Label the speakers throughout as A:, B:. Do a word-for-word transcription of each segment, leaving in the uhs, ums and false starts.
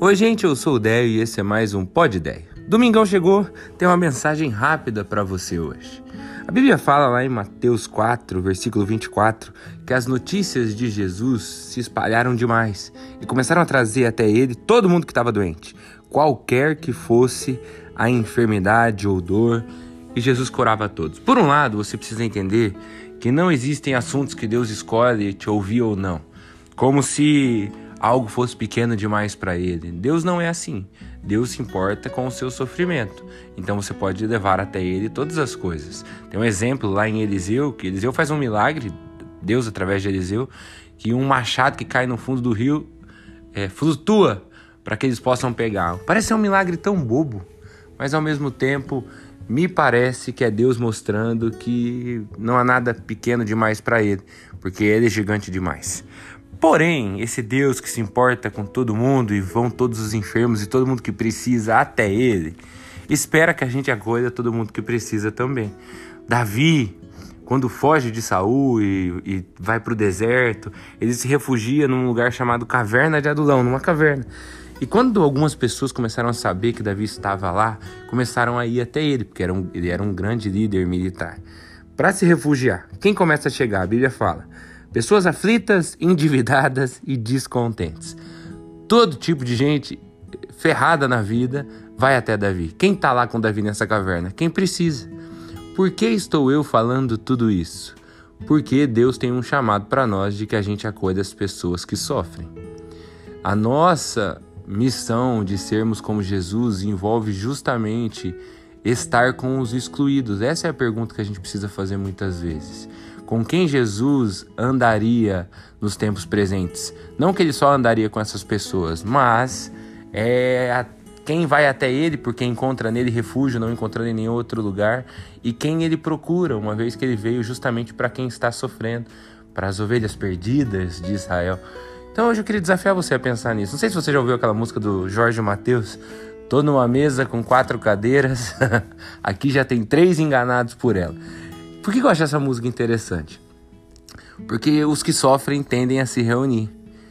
A: Oi gente, eu sou o Déio e esse é mais um Pod Déio. Domingão chegou, tem uma mensagem rápida para você hoje. A Bíblia fala lá em Mateus quatro, versículo vinte e quatro, que as notícias de Jesus se espalharam demais e começaram a trazer até ele todo mundo que estava doente, qualquer que fosse a enfermidade ou dor, e Jesus curava a todos. Por um lado, você precisa entender que não existem assuntos que Deus escolhe te ouvir ou não, como se algo fosse pequeno demais para ele. Deus não é assim. Deus se importa com o seu sofrimento. Então você pode levar até ele todas as coisas. Tem um exemplo lá em Eliseu, que Eliseu faz um milagre, Deus através de Eliseu, que um machado que cai no fundo do rio é, flutua para que eles possam pegar. Parece ser um milagre tão bobo, mas ao mesmo tempo me parece que é Deus mostrando que não há nada pequeno demais para ele, porque ele é gigante demais. Porém, esse Deus que se importa com todo mundo e vão todos os enfermos e todo mundo que precisa até ele, espera que a gente acolha todo mundo que precisa também. Davi, quando foge de Saul e, e vai para o deserto, ele se refugia num lugar chamado Caverna de Adulão, numa caverna. E quando algumas pessoas começaram a saber que Davi estava lá, começaram a ir até ele, porque era um, ele era um grande líder militar. Para se refugiar, quem começa a chegar? A Bíblia fala: pessoas aflitas, endividadas e descontentes. Todo tipo de gente ferrada na vida vai até Davi. Quem está lá com Davi nessa caverna? Quem precisa. Por que estou eu falando tudo isso? Porque Deus tem um chamado para nós de que a gente acolha as pessoas que sofrem. A nossa missão de sermos como Jesus envolve justamente estar com os excluídos. Essa é a pergunta que a gente precisa fazer muitas vezes. Com quem Jesus andaria nos tempos presentes? Não que ele só andaria com essas pessoas, mas é a, quem vai até ele porque encontra nele refúgio, não encontrando em nenhum outro lugar, e quem ele procura, uma vez que ele veio justamente para quem está sofrendo, para as ovelhas perdidas de Israel. Então hoje eu queria desafiar você a pensar nisso. Não sei se você já ouviu aquela música do Jorge Mateus. Tô numa mesa com quatro cadeiras, aqui já tem três enganados por ela. Por que eu acho essa música interessante? Porque os que sofrem tendem a se reunir.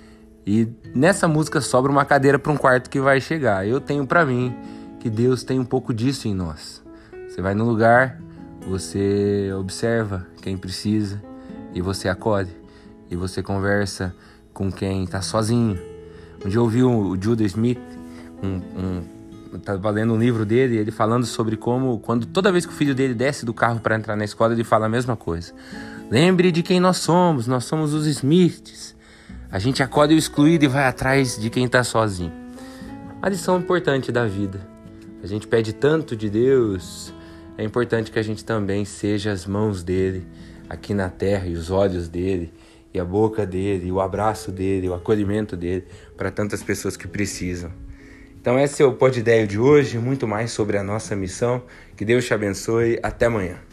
A: E nessa música sobra uma cadeira para um quarto que vai chegar. Eu tenho para mim que Deus tem um pouco disso em nós. Você vai no lugar, você observa quem precisa e você acolhe. E você conversa com quem está sozinho. Um dia eu ouvi o Judah Smith, um... um estava lendo um livro dele, ele falando sobre como, quando toda vez que o filho dele desce do carro para entrar na escola, ele fala a mesma coisa. Lembre de quem nós somos, nós somos os Smiths. A gente acolhe o excluído e vai atrás de quem está sozinho. A lição importante da vida. A gente pede tanto de Deus, é importante que a gente também seja as mãos dele aqui na terra, e os olhos dele, e a boca dele, e o abraço dele, o acolhimento dele para tantas pessoas que precisam. Então esse é o Pod Déio de hoje, muito mais sobre a nossa missão. Que Deus te abençoe. Até amanhã.